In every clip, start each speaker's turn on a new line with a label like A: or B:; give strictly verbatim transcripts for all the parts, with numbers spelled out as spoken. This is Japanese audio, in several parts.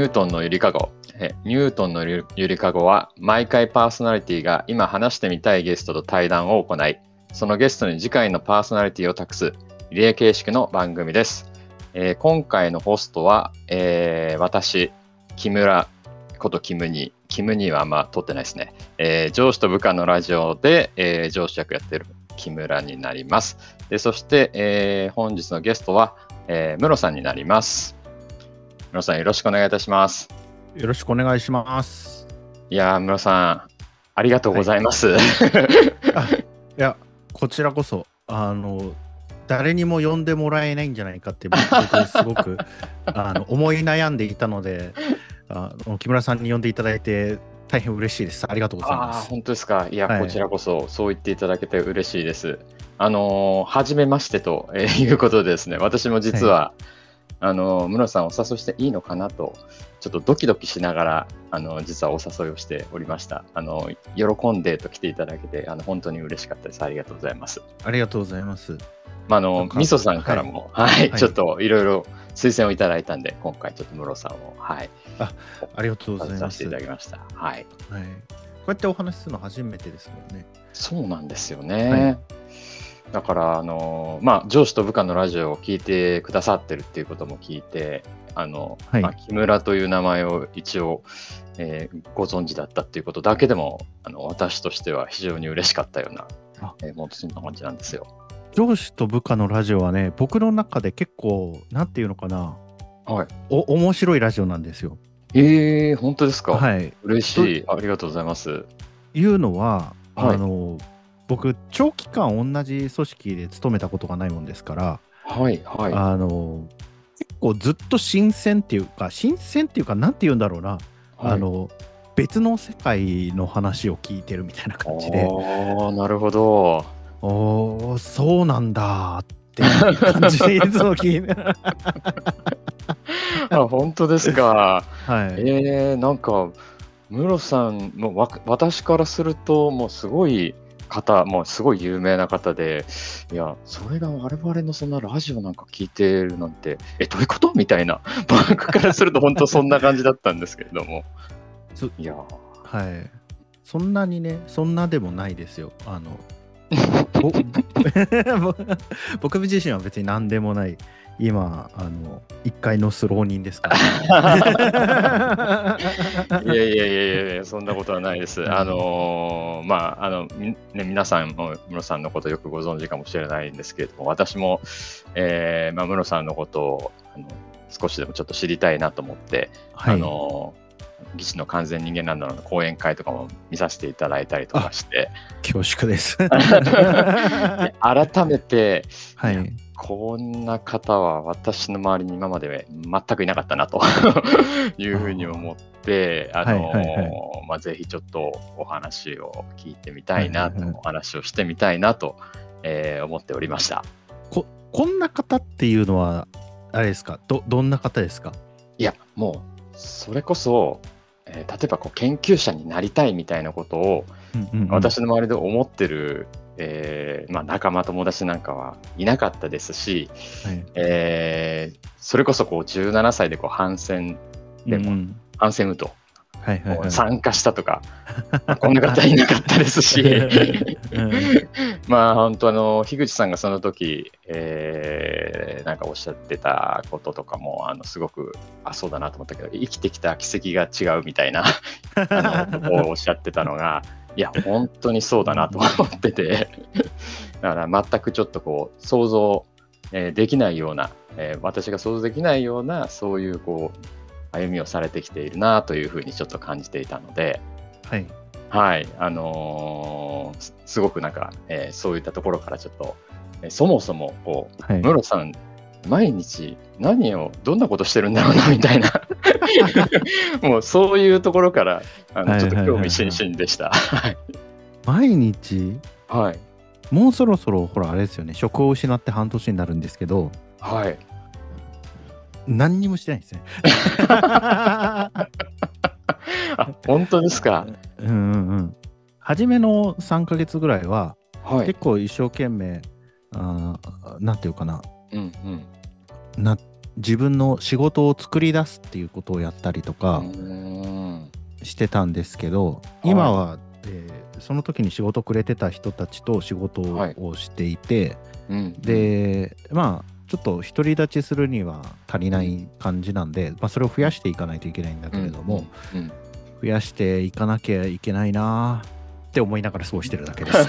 A: ートンのゆりかご。えニュートンのゆゆりかごは、毎回パーソナリティが今話してみたいゲストと対談を行い、そのゲストに次回のパーソナリティを託すリレー形式の番組です。えー今回のホストは、えー私、木村ことキムニー。キムニーはあんま撮ってないですね。えー上司と部下のラジオで、えー上司役やってる木村になります。でそして、えー本日のゲストは、えー、ムロさんになります。ムロさんよろしくお願いいたします。
B: よろしくお願いします。
A: いやー、ムロさん、ありがとうございます。
B: はい、あいや、こちらこそ、あの、誰にも呼んでもらえないんじゃないかって僕、すごくあの思い悩んでいたので、あの木村さんに呼んでいただいて、大変嬉しいです。ありがとうございま
A: ああ、
B: す。
A: 本当ですか。いや、
B: はい、
A: こちらこそ、そう言っていただけて嬉しいです。あのー、はじめましてとえーいうことでですね、私も実は、あのー、ムロさんをお誘いしていいのかなと、ちょっとドキドキしながら、あのー、実はお誘いをしておりました。あのー、喜んでと来ていただけて、あの、本当に嬉しかったです。ありがとうございます。
B: ありがとうございます。
A: まあ、あの、みそさんからも、はい、はいはい、ちょっといろいろ推薦をいただいたんで、今回ちょっとムロさんを、はい。
B: あ、ありがとうございます。
A: させていただきました。はい。
B: はい。こうやってお話しするの初めてですもんね。
A: そうなんですよね。はい、だから、あの、まあ、上司と部下のラジオを聞いてくださってるっていうことも聞いて、あの、はい、まあ、木村という名前を一応、えー、ご存知だったっていうことだけでも、あの、私としては非常に嬉しかったような、えー、もうそんな感じなんですよ。
B: 上司と部下のラジオはね、僕の中で結構、なんていうのかな、
A: はい、
B: お面白いラジオなんですよ。
A: えー、本当ですか。
B: はい。
A: 嬉しい。ありがとうございます。
B: いうのは、
A: はい、
B: あの、僕、長期間同じ組織で勤めたことがないもんですから、
A: はいはい、
B: あの結構ずっと新鮮っていうか、新鮮っていうか、なんて言うんだろうな、はい、あの別の世界の話を聞いてるみたいな感じで。
A: ああ、なるほど。
B: おー、そうなんだって感じでいつも聞いて
A: あ、本当ですか。
B: はい。
A: えー、なんか、ムロさんもわ私からすると、もうすごい方、もうすごい有名な方で、いや、それが我々のそんなラジオなんか聞いてるなんて、え、どういうことみたいな、僕からすると本当そんな感じだったんですけれども。いや、
B: はい。そんなにね、そんなでもないですよ。あの僕自身は別に何でもない。今、あの、一階のスロー人ですから。
A: いやいやいやいや、そんなことはないです。あのー、まあ、あの、ね、皆さんもムロさんのことよくご存知かもしれないんですけれども、私も、えー、まあ、ムロさんのことをあの少しでもちょっと知りたいなと思って、はい、あのー、技師の完全人間ランドの講演会とかも見させていただいたりとかして、
B: 恐縮です。
A: 改めて、
B: はい、
A: こんな方は私の周りに今まで全くいなかったなというふうに思って、あの、はいはいはい、まあ、ぜひちょっとお話を聞いてみたいなと、はいはいはい、お話をしてみたいなと、えー、思っておりました。
B: こ、こんな方っていうのは、あれですか、ど、どんな方ですか？
A: いや、もう、それこそ、えー、例えばこう研究者になりたいみたいなことを、うんうんうん、私の周りで思ってる、えーまあ、仲間友達なんかはいなかったですし、はい、えー、それこそこうじゅうななさいでこう反戦でも、うん、反戦運動、はいはいはい、参加したとか、まあ、こんな方いなかったですし、うん、まあ本当あの樋口さんがその時、えー、なんかおっしゃってたこととかもあのすごくあそうだなと思ったけど、生きてきた軌跡が違うみたいなあのことをおっしゃってたのがいや本当にそうだなと思っててだから全くちょっとこう想像、えー、できないような、えー、私が想像できないようなそういうこう歩みをされてきているなというふうにちょっと感じていたので、はい、はい、あのー、すごくなんか、えー、そういったところからちょっと、えー、そもそもこう、はい、ムロさん毎日何をどんなことしてるんだろうなみたいなもうそういうところからあのちょっと興味津々でした。
B: 毎日、
A: はい、
B: もうそろそろほらあれですよね、職を失って半年になるんですけど、
A: はい。
B: 何にもしてないんですね。
A: あ、本当ですか。
B: うんうんうん。初めのさんかげつぐらいは、はい、結構一生懸命、あなんていうかな、
A: うんうん、
B: な、 自分の仕事を作り出すっていうことをやったりとか
A: うん
B: してたんですけど、今は、えーその時に仕事くれてた人たちと仕事をしていて、
A: うん
B: でまあちょっと独り立ちするには足りない感じなんで、まあ、それを増やしていかないといけないんだけれども、
A: うんうん
B: 増やしていかなきゃいけないなって思いながら過ごしてるだけです。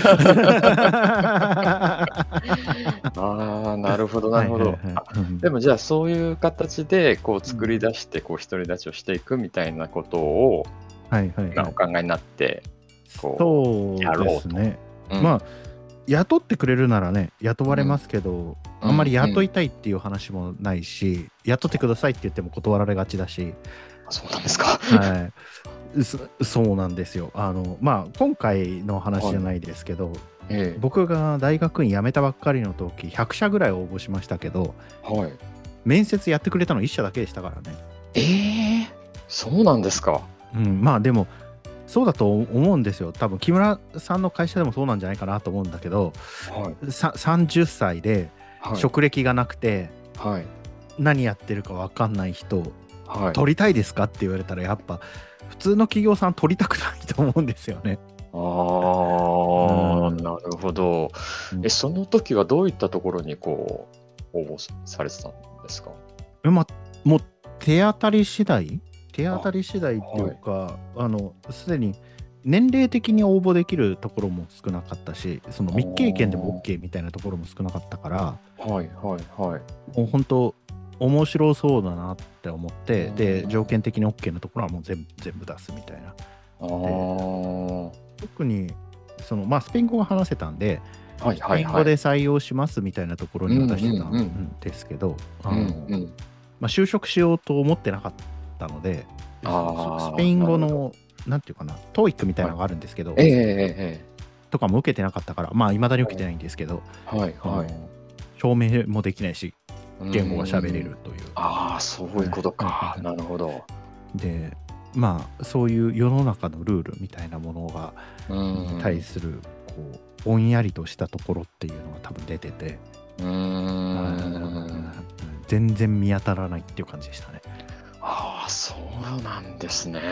A: ああ、なるほど、なるほど。
B: はいはいはい
A: あ
B: うん
A: でもじゃあそういう形でこう作り出してこう独り立ちをしていくみたいなことを、
B: はいはい
A: まあ、
B: はい
A: お考えになってこ
B: そう
A: やろうと
B: ですね。
A: うん
B: まあ雇ってくれるならね雇われますけど、あんまり雇いたいっていう話もないし、雇ってくださいって言っても断られがちだし、
A: あそうなんですか。
B: はいそそうなんですよ。あのまあ今回の話じゃないですけど、
A: ええ
B: 僕が大学院辞めたばっかりの時ひゃくしゃぐらい応募しましたけど、
A: はい。
B: 面接やってくれたのいっしゃだけでしたからね。
A: ええそうなんですか。
B: うん、まあでもそうだと思うんですよ。多分木村さんの会社でもそうなんじゃないかなと思うんだけど、
A: はい。
B: ささんじゅっさいで
A: はい。
B: 職歴がなくて
A: はい。
B: 何やってるか分かんない人
A: はい。
B: 取りたいですかって言われたらやっぱ普通の企業さん取りたくないと思うんですよね。
A: ああ、
B: うん
A: なるほど。
B: うん
A: え、その時はどういったところにこう応募されてたんですか？
B: えまもう手当たり次第手当たり次第っていうか、あのすでに年齢的に応募できるところも少なかったし、その未経験でも OK みたいなところも少なかったから、
A: はいはいはい。
B: もう本当面白そうだなって思って、
A: うん
B: で条件的に OK なところはもう全部全部出すみたいな。
A: ああ、
B: 特にそのまあスペイン語が話せたんで、
A: はい
B: スペ
A: はいはい。
B: イン語で採用しますみたいなところには出してた
A: うんうんうん
B: んですけど、あ
A: う
B: の
A: んうん。
B: まあ、就職しようと思ってなかったので、
A: あー
B: スペイン語
A: なる
B: のなんていうかな、トーイックみたいなのがあるんですけど、
A: ええええ
B: とかも受けてなかったから、まあいまだに受けてないんですけど、
A: ええはいはい。
B: あの証明もできないし、言語が喋れ
A: うん。
B: るという。
A: ああ、そういうことか。
B: はい
A: なるほど。
B: で、まあそういう世の中のルールみたいなものが、
A: うん。
B: に対するこうぼんやりとしたところっていうのが多分出てて、
A: うーん。
B: 全然見当たらないっていう感じでしたね。
A: ああ、そうなんですね。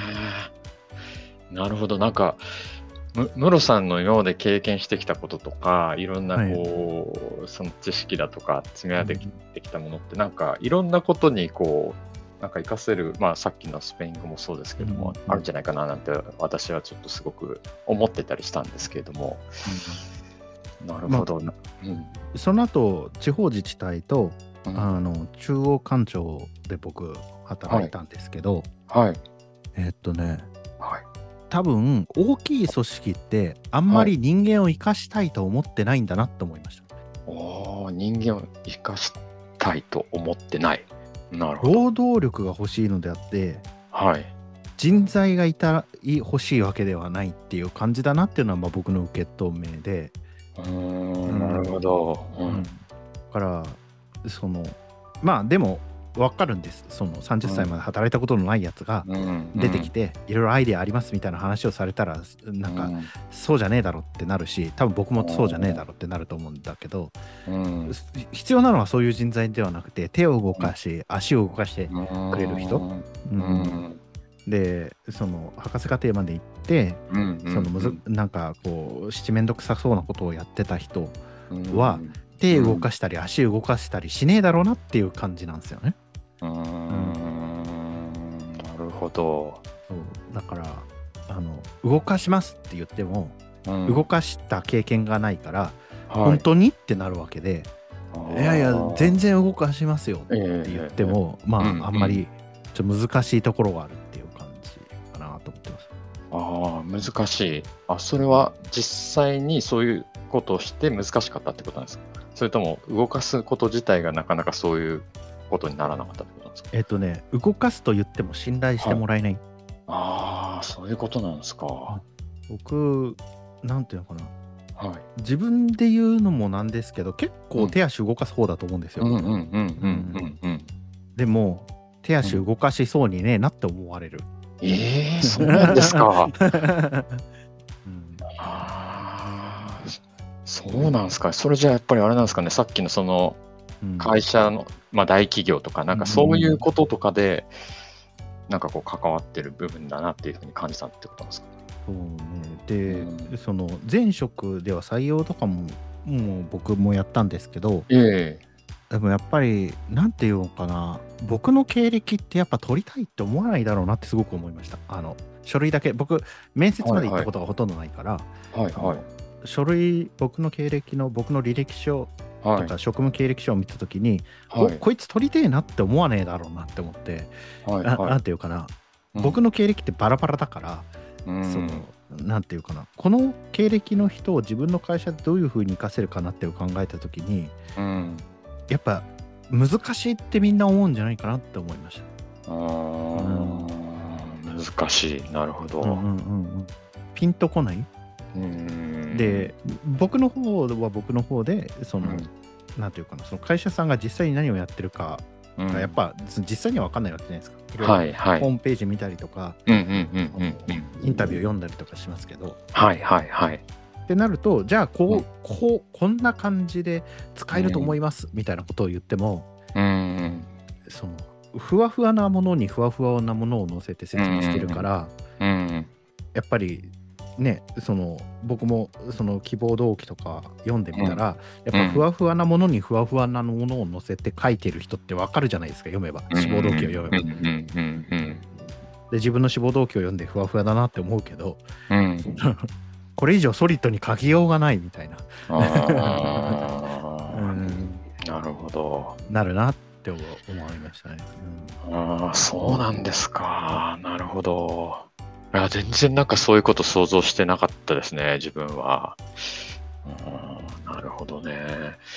A: なるほど。なんか、むムロさんの今まで経験してきたこととか、いろんな
B: はい
A: こう、その知識だとか、積み上げてきたものって、なんかいろんなことにこう、なんか活かせる、まあさっきのスペイン語もそうですけども、
B: うん
A: あるんじゃないかななんて私はちょっとすごく思ってたりしたんですけれども、なるほど。なうん
B: その後地方自治体と
A: うん
B: あの中央官庁で僕働いたんですけど、
A: はい。
B: えっとね
A: はい。
B: 多分大きい組織ってあんまり人間を生かしたいと思ってないんだなと思いました。
A: おー人間を生かしたいと思ってない。なるほど。
B: 労働力が欲しいのであって
A: はい。
B: 人材がいたい欲しいわけではないっていう感じだなっていうのはまあ僕の受け止めで、
A: うーん、なるほど。う
B: うん
A: ん。
B: だからそのまあでも分かるんです。そのさんじゅっさいまで働いたことのないやつが
A: うん
B: 出てきて、いろいろアイデアありますみたいな話をされたらなんか、そうじゃねえだろってなるし、多分僕もそうじゃねえだろってなると思うんだけど、
A: うん、
B: 必要なのはそういう人材ではなくて手を動かし、足を動かしてくれる人、
A: う
B: うん
A: ん
B: でその博士課程まで行って、
A: うん、
B: そのむずなんかこう七面倒くさそうなことをやってた人
A: うん
B: は手動かしたり足動かしたりしねえだろうなっていう感じなんですよね。
A: うーん、なるほど。
B: そうだからあの動かしますって言っても、
A: うん
B: 動かした経験がないから、
A: はい
B: 本当にってなるわけで、いやいや全
A: 然
B: 然動かしますよって言っても、まあ、
A: うんうん
B: あんまりちょっと難しいところがあるっていう感じかなと思ってます。
A: ああ、難しい。あ、それは実際にそういうことをして難しかったってことなんですか？それとも動かすこと自体がなかなかそういうことにならなかったってことなんですか？
B: えっとね、動かすと言っても信頼してもらえない。
A: ああ、そういうことなんですか。は
B: 僕、なんていうのかな。
A: い。
B: 自分で言うのもなんですけど、結構手足動かす方だと思うんですよ。
A: うんうんうんうんうんうん。
B: でも、手足動かしそうにねえなって思われる。
A: ええそうなんですか。
B: うん
A: ああ、そうなんですか。それじゃあやっぱりあれなんですかね。さっきのその会社の、まあ、大企業とか、なんかそういうこととかで、なんかこう関わってる部分だなっていうふうに感じたってことなんですか。
B: そうね。で、うん、その前職では採用とかももう僕もやったんですけど、
A: ええ
B: でもやっぱりなんていうのかな、僕の経歴ってやっぱ取りたいって思わないだろうなってすごく思いました。あの書類だけ、僕面接まで行ったことがほとんどないから、
A: はいはい、
B: 書類、僕の経歴の僕の履歴書とか職務経歴書を見たときに、はい、こいつ取りてえなって思わねえだろうなって思って、はいはい、な, なんていうかな、うん、僕の経歴ってバラバラだから、うん、そのなんていうかな、この経歴の人を自分の会社でどういうふうに活かせるかなって考えたときに、うん、やっぱ難しいってみんな思うんじゃないかなって思いました。あ、うん、
A: 難しい、なるほど、うんうんうん、
B: ピンとこない。うんで、僕の方は僕の方でその、うん、なんていうかな、その会社さんが実際に何をやってるかがやっぱ実際には分かんないわけじゃないですか。はいはい、ホームページ見たりとか、インタビュー読んだりとかしますけど、
A: はいはいはい。
B: ってなると、じゃあこう、うん、こうこんな感じで使えると思います、うん、みたいなことを言っても、うん、そのふわふわなものにふわふわなものを載せて説明してるから、うんうん、やっぱりね、その僕もその希望動機とか読んでみたら、うん、やっぱふわふわなものにふわふわなものを載せて書いてる人ってわかるじゃないですか、読めば、志望動機を読めば、うん、で自分の志望動機を読んでふわふわだなって思うけど、うん、これ以上ソリッドに書きようがないみたいな、
A: あ、うん、なるほど、
B: なるなって思いましたね、
A: うん、あ、そうなんですか、なるほど。いや、全然なんかそういうこと想像してなかったですね、自分は。うん、なるほどね。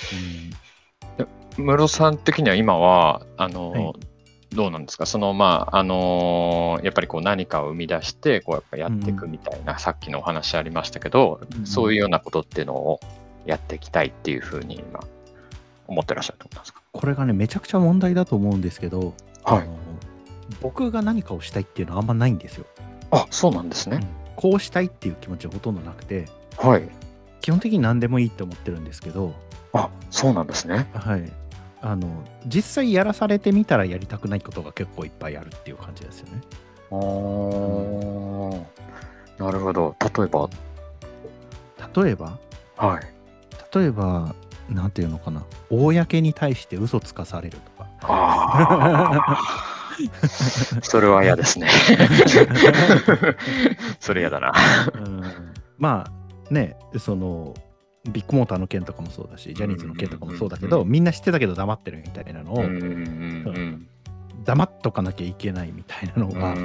A: うん、室さん的には今はあの、はい、どうなんですか、そのまああのやっぱりこう何かを生み出してこうやっぱやっていくみたいな、うん、さっきのお話ありましたけど、うん、そういうようなことっていうのをやっていきたいっていうふうに今思ってらっしゃると思いますか。
B: これがね、めちゃくちゃ問題だと思うんですけど、はい、あの僕が何かをしたいっていうのはあんまないんですよ。
A: あ、そうなんですね、うん、
B: こうしたいっていう気持ちはほとんどなくて、
A: はい、
B: 基本的に何でもいいって思ってるんですけど。
A: あ、そうなんですね。
B: はい、あの実際やらされてみたらやりたくないことが結構いっぱいあるっていう感じですよね。
A: あー、うん、なるほど。例えば
B: 例えば
A: はい
B: 例えばなんていうのかな、公に対して嘘つかされるとか。
A: あそれは嫌ですねそれ嫌だな、うん、
B: まあね、そのビッグモーターの件とかもそうだし、ジャニーズの件とかもそうだけど、みんな知ってたけど黙ってるみたいなのを、うんうんうん、黙っとかなきゃいけないみたいなのが、うん、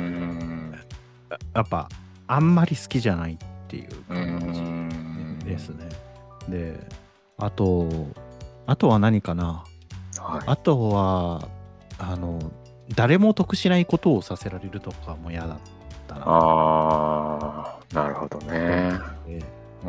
B: やっぱあんまり好きじゃないっていう感じですね。で、あとあとは何かな、はい、あとはあの誰も得しないことをさせられるとかも嫌だったな。
A: あー、なるほどね。うん、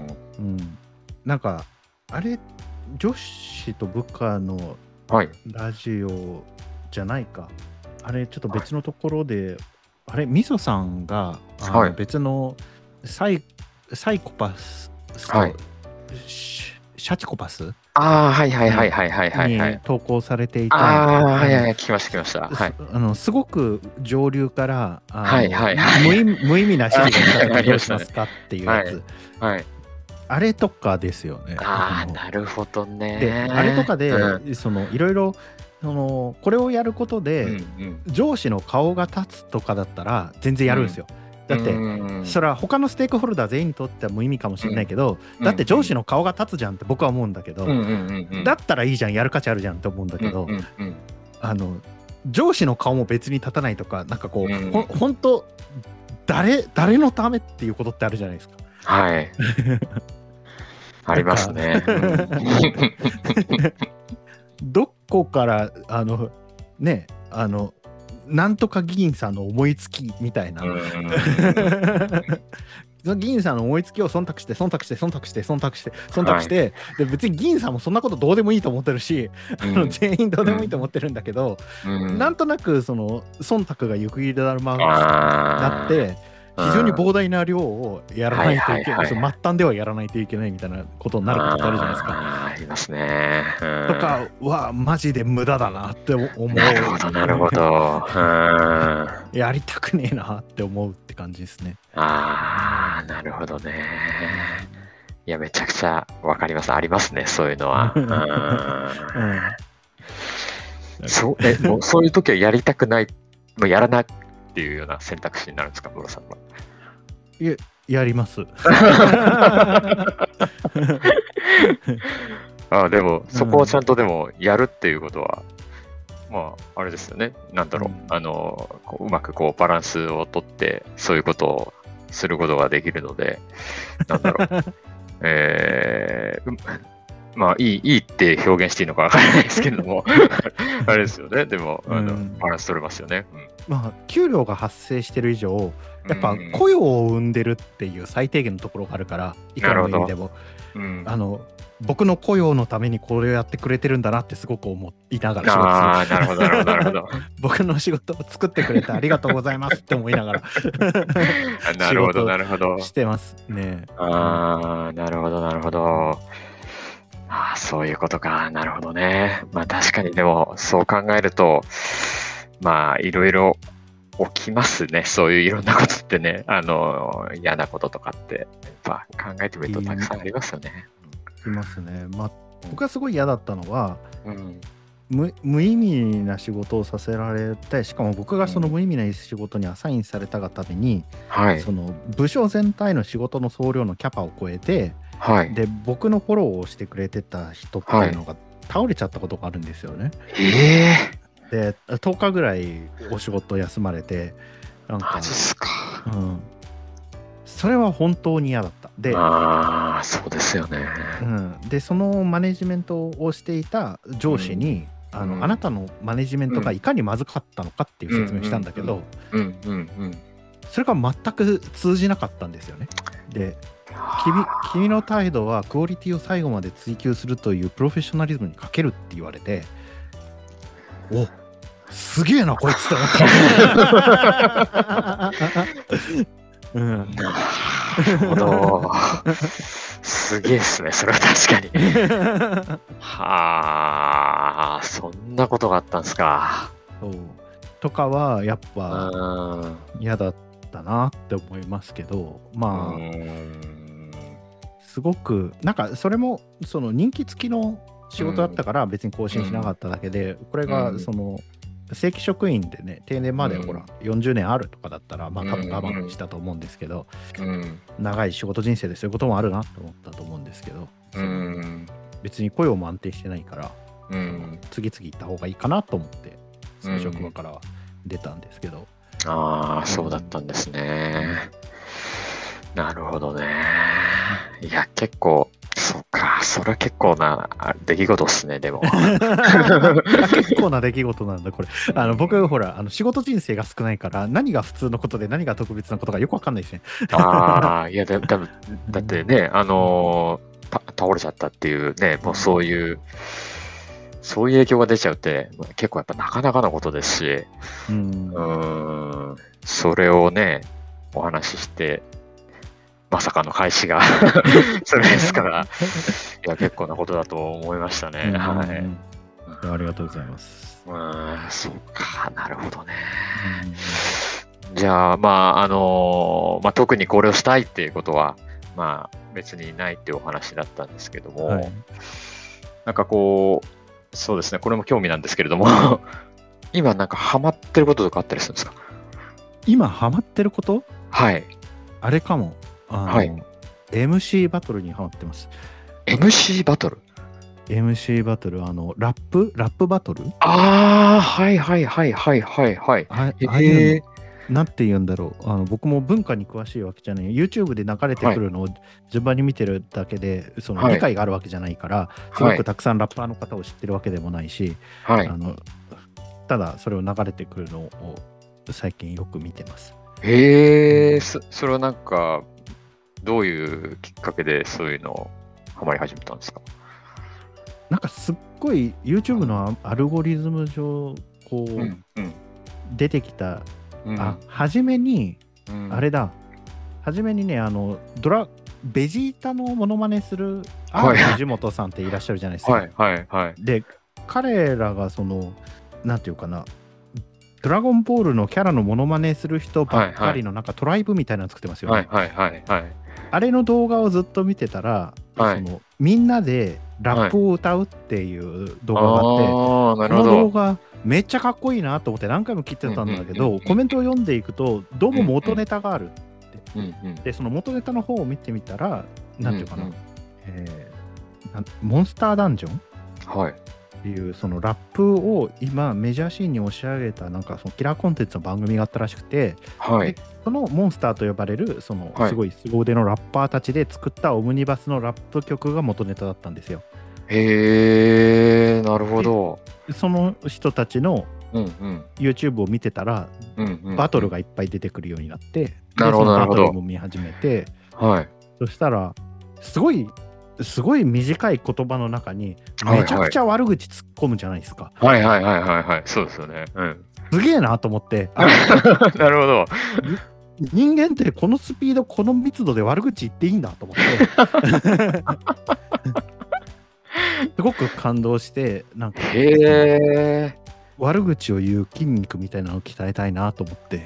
B: うん、なんかあれ女子と部下のラジオじゃないか、はい、あれちょっと別のところで、はい、あれみそさんがあの、はい、別のサイ、サイコパス、はい、シャチコパス、
A: ああ、はいはいはいはいはいはい、はい、
B: に投稿されていた。
A: ああ、はいはい、聞きました聞きました。はい。
B: あのすごく上流からあの、
A: はいはいはい、
B: 無意無意味な指示が来た時どうしますかっていうやつ。はい。はい、あれとかですよね。
A: ああ、なるほどね。
B: で、あれとかで、うん、そのいろいろそのこれをやることで、うんうん、上司の顔が立つとかだったら全然やるんですよ。うんだってそれは他のステークホルダー全員にとっては無意味かもしれないけど、うん、だって上司の顔が立つじゃんって僕は思うんだけど、うんうんうん、だったらいいじゃん、やる価値あるじゃんって思うんだけど、うんうんうん、あの上司の顔も別に立たないとか、なんかこう、うん、ほほんと誰誰のためっていうことってあるじゃないですか。
A: はいありますね
B: どこからあのねあのなんとか議員さんの思いつきみたいな、その議員さんの思いつきを忖度して忖度して忖度して忖度して忖度して、はい、で別に議員さんもそんなことどうでもいいと思ってるし、うん、あの全員どうでもいいと思ってるんだけど、うん、なんとなくその忖度が行方だるまになって、 非常に膨大な量をやらないといけない、
A: はいはいはい、
B: その末端ではやらないといけないみたいなことになることってあるじゃないですか。
A: あありますね。うん、
B: とかはマジで無駄だなって思う。
A: なるほどなるほど。うん、
B: やりたくねえなって思うって感じですね。
A: ああなるほどね。いやめちゃくちゃわかります。ありますねそういうのは。うん、そうえもうそういう時はやりたくない、もうやらないっていうような選択肢になるんですか、ムロさんは。
B: いや、やります。
A: あでも、そこをちゃんとでもやるっていうことは、うん、まあ、あれですよね。なんだろう。うん、あのこう、うまくこうバランスをとって、そういうことをすることができるので、なんだろう。えー、まあいい、いいって表現していいのかわからないですけれども、あれですよね。でも、あの、うん、バランス取れますよね。うん、
B: まあ、給料が発生してる以上、やっぱ雇用を生んでるっていう最低限のところがあるから、いかの意味でも、うん、あの、僕の雇用のためにこれをやってくれてるんだなってすごく思いながら仕事する。
A: ああ、なるほど、なるほど、なるほど。
B: 僕の仕事を作ってくれてありがとうございますって思いながら
A: なるほど、なるほど。
B: してますね。
A: ああ、なるほど、なるほど。ああ、そういうことか。なるほどね。まあ確かにでも、そう考えると、まあいろいろ起きますね。そういういろんなことってね。あの、嫌なこととかって、やっぱ考えてみるとたくさんありますよね。
B: ありますね。まあ、僕がすごい嫌だったのは、
A: うん、
B: 無, 無意味な仕事をさせられて、しかも僕がその無意味な仕事にアサインされたがために、
A: はい、
B: その部署全体の仕事の総量のキャパを超えて、
A: はい、
B: で僕のフォローをしてくれてた人っていうのが倒れちゃったことがあるんですよね。
A: え
B: ー、でとおかぐらいお仕事休まれて、
A: なんかマジっすか、
B: うん、それは本当に嫌だった。で、
A: ああ、そうですよね、
B: うん、でそのマネジメントをしていた上司に、うん、あの、うん、あなたのマネジメントがいかにまずかったのかっていう説明をしたんだけど、それが全く通じなかったんですよね。で君, 君の態度はクオリティを最後まで追求するというプロフェッショナリズムに欠けるって言われて、おすげえなこいつと思った。うん、
A: なるほど。すげえっすね、それは確かに。はあ、そんなことがあったんですか。
B: そうとかはやっぱ嫌だったなって思いますけど、まあすごくなんかそれもその人気付きの仕事だったから別に更新しなかっただけで、これがその正規職員でね定年までほらよんじゅうねんあるとかだったらまあ多分我慢したと思うんですけど、長い仕事人生でそういうこともあるなと思ったと思うんですけど、別に雇用も安定してないから次々行った方がいいかなと思ってその職場からは出たんですけど。
A: ああ、そうだったんですね。なるほどね。いや、結構、そうか、それは結構な出来事っすね、でも。
B: 結構な出来事なんだ、これ。あの僕、ほら、あの仕事人生が少ないから、何が普通のことで何が特別なことかよくわかんないですね。
A: ああ、いや、だ, だ, だってね、あのー、倒れちゃったっていうね、もうそういう、そういう影響が出ちゃうって、結構やっぱなかなかのことですし、うん、うーんそれをね、お話しして、まさかの開始がそれですから、いや、結構なことだと思いましたね。はい。
B: ありがとうございます。
A: うん、そうか、なるほどね。じゃあ、まあ、あのー、まあ、特にこれをしたいっていうことは、まあ、別にないっていうお話だったんですけども、はい、なんかこう、そうですね、これも興味なんですけれども、今なんかハマってることとかあったりするんですか？
B: 今ハマってること？
A: はい。
B: あれかも。あの、はい、エムシー バトルにハマってます。
A: エムシー バトル
B: エムシー バトル、あの、ラップラップバトル
A: ああ、はいはいはいはいはいはい。
B: ああいうの、なんて言うんだろう。あの僕も文化に詳しいわけじゃない。YouTube で流れてくるのを順番に見てるだけで、はい、その理解があるわけじゃないから、すごくたくさんラッパーの方を知ってるわけでもないし、はい、あのただそれを流れてくるのを最近よく見てます。
A: へえ、そ, それはなんか、どういうきっかけでそういうのをハマり始めたんですか？
B: なんかすっごい YouTube のアルゴリズム上こう、うんうん、出てきた、うん、あ初めに、うん、あれだ初めにね、あの、ドラ、ベジータのモノマネする、
A: はい
B: R 藤本さんっていらっしゃるじゃないですか。
A: はいはいはい。
B: で、彼らがその、なんていうかな、ドラゴンボールのキャラのモノマネする人ばっかりのなんかトライブみたいなの作ってますよね。
A: はいはいはいはい。
B: あれの動画をずっと見てたら、
A: はい
B: そのみんなでラップを歌うっていう動画があって、
A: ああ、な
B: こ
A: るほ
B: の動
A: ど。
B: 画めっちゃかっこいいなと思って何回も切ってたんだけ
A: うんうんうん
B: ど、
A: うん
B: コメントを読んでいくと、どうも元ネタがある。
A: うんうん。
B: で、その元ネタの方を見てみたら、なんていうかな、
A: うんうん
B: えーなんモンスターダンジョン
A: はい。
B: っていうそのラップを今メジャーシーンに押し上げたなんかそのキラーコンテンツの番組があったらしくて、
A: はい
B: で。そのモンスターと呼ばれるその
A: はい
B: すごい凄腕のラッパーたちで作ったオムニバスのラップ曲が元ネタだったんですよ。
A: へえ、なるほど。
B: その人たちの
A: うんうん。
B: YouTube を見てたら
A: うんうん。
B: バトルがいっぱい出てくるようになって、で
A: なるほど
B: その
A: なるほど
B: バトルも見始めて、
A: はい。
B: そしたらすごいすごい短い言葉の中に
A: はいはい
B: めちゃくちゃ悪口突っ込むじゃないですか。
A: はいはいはいはいはい。そうですよね。うん。
B: すげえなと思って、あ
A: なるほど。
B: 人間ってこのスピードこの密度で悪口言っていいんだと思ってすごく感動して、なんか
A: へえ。
B: 悪口を言う筋肉みたいなのを鍛えたいなと思って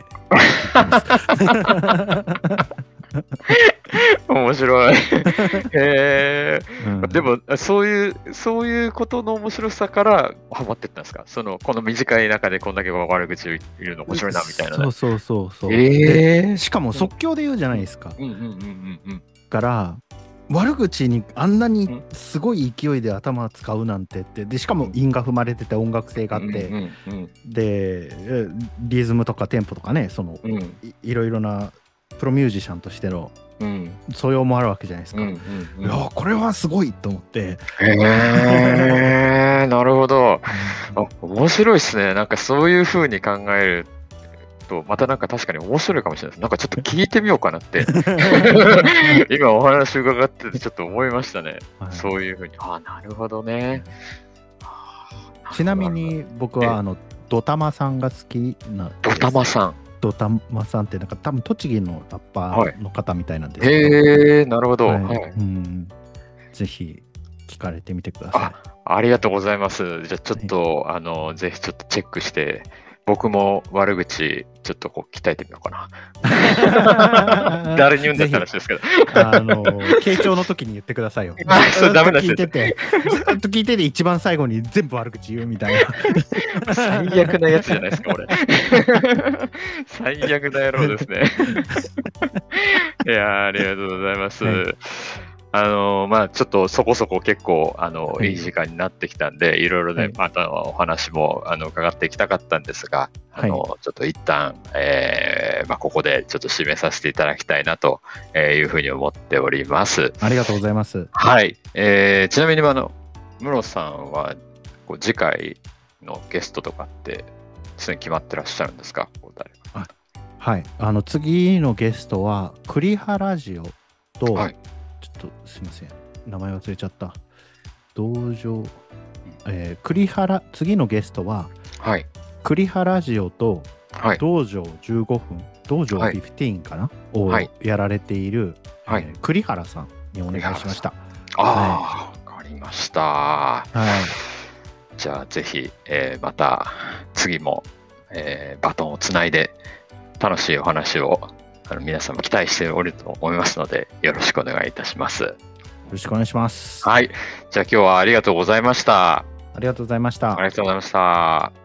A: 面白い。へえ。
B: うん
A: でもそういうそういうことの面白さからハマってったんですか。そのこの短い中でこんだけ悪口を言うの面白いなみたいなね。
B: そうそうそうそう、
A: ええ。
B: でしかも即興で言うじゃないですか。
A: うんうんうんうんうん。
B: から悪口にあんなにすごい勢いで頭使うなんてって、でしかも韻が踏まれてて音楽性があって、
A: うんうん
B: でえリズムとかテンポとかね、その
A: うんうん
B: いいろいろなプロミュージシャンとしての
A: うん
B: 素養もあるわけじゃないですか。
A: うんうん
B: い
A: うん。
B: やこれはすごいと思って、
A: へえ、なるほど。あ、面白いですね。なんかそういう風に考えると、またなんか確かに面白いかもしれないです。なんかちょっと聞いてみようかなって、今お話伺っててちょっと思いましたね。
B: はい
A: そういう風に。あ、なるほどね。
B: ちなみに僕はあのドタマさんが好きなんです。
A: ドタマさん。
B: ドタマさんってなんか多分栃木のラッパーの方みたいなんですけど、
A: へえ、なるほど。
B: は
A: はいい。
B: うんぜひ聞かれてみてくださ
A: あ、ありがとうございます。じゃあちょっと、あの、ぜひちょっとチェックして、僕も悪口、ちょっとこう鍛えてみようかな。
B: い。
A: 誰に言うんだって話ですけど。
B: あの傾聴の時に言ってくださいよ。
A: あそれダメだって
B: ずっと聞いてて、ずっと聞いてて一番最後に全部悪口言うみたいな。
A: 最悪なやつじゃないですか、俺。最悪な野郎ですね。いやー、ありがとうございます。
B: はい
A: あのーまあちょっとそこそこ結構、あの、
B: はい
A: いい時間になってきたんで、いろいろね、
B: はい
A: またお話も、あの、伺っていきたかったんですが、あの、
B: は
A: ちょっと一旦、えーまあここでちょっと締めさせていただきたいなというふうに思っております。
B: ありがとうございます。
A: はい。えーちなみに、あの、室さんは、こう次回のゲストとかって、すでに決まってらっしゃるんですか？こう誰か
B: はい。あの次のゲストは栗原ジオと、
A: はい
B: ちょっとすいません。名前忘れちゃった。道場、えー、栗原、次のゲストは
A: はい。
B: 栗原ジオと
A: はい。
B: 道場じゅうごふん、道場
A: はい
B: じゅうごかな、を
A: はい
B: やられている、
A: はい
B: えー栗原さんにお願いしました。
A: ああ、わかりました。
B: はい。
A: じゃあ、ぜひ、えーまた次も、えーバトンをつないで、楽しいお話をあの皆さんも期待しておると思いますので、よろしくお願いいたします。
B: よろしくお願いします。
A: はい。じゃあ、今日はありがとうございました。
B: ありがとうございました
A: あり。がとうございました。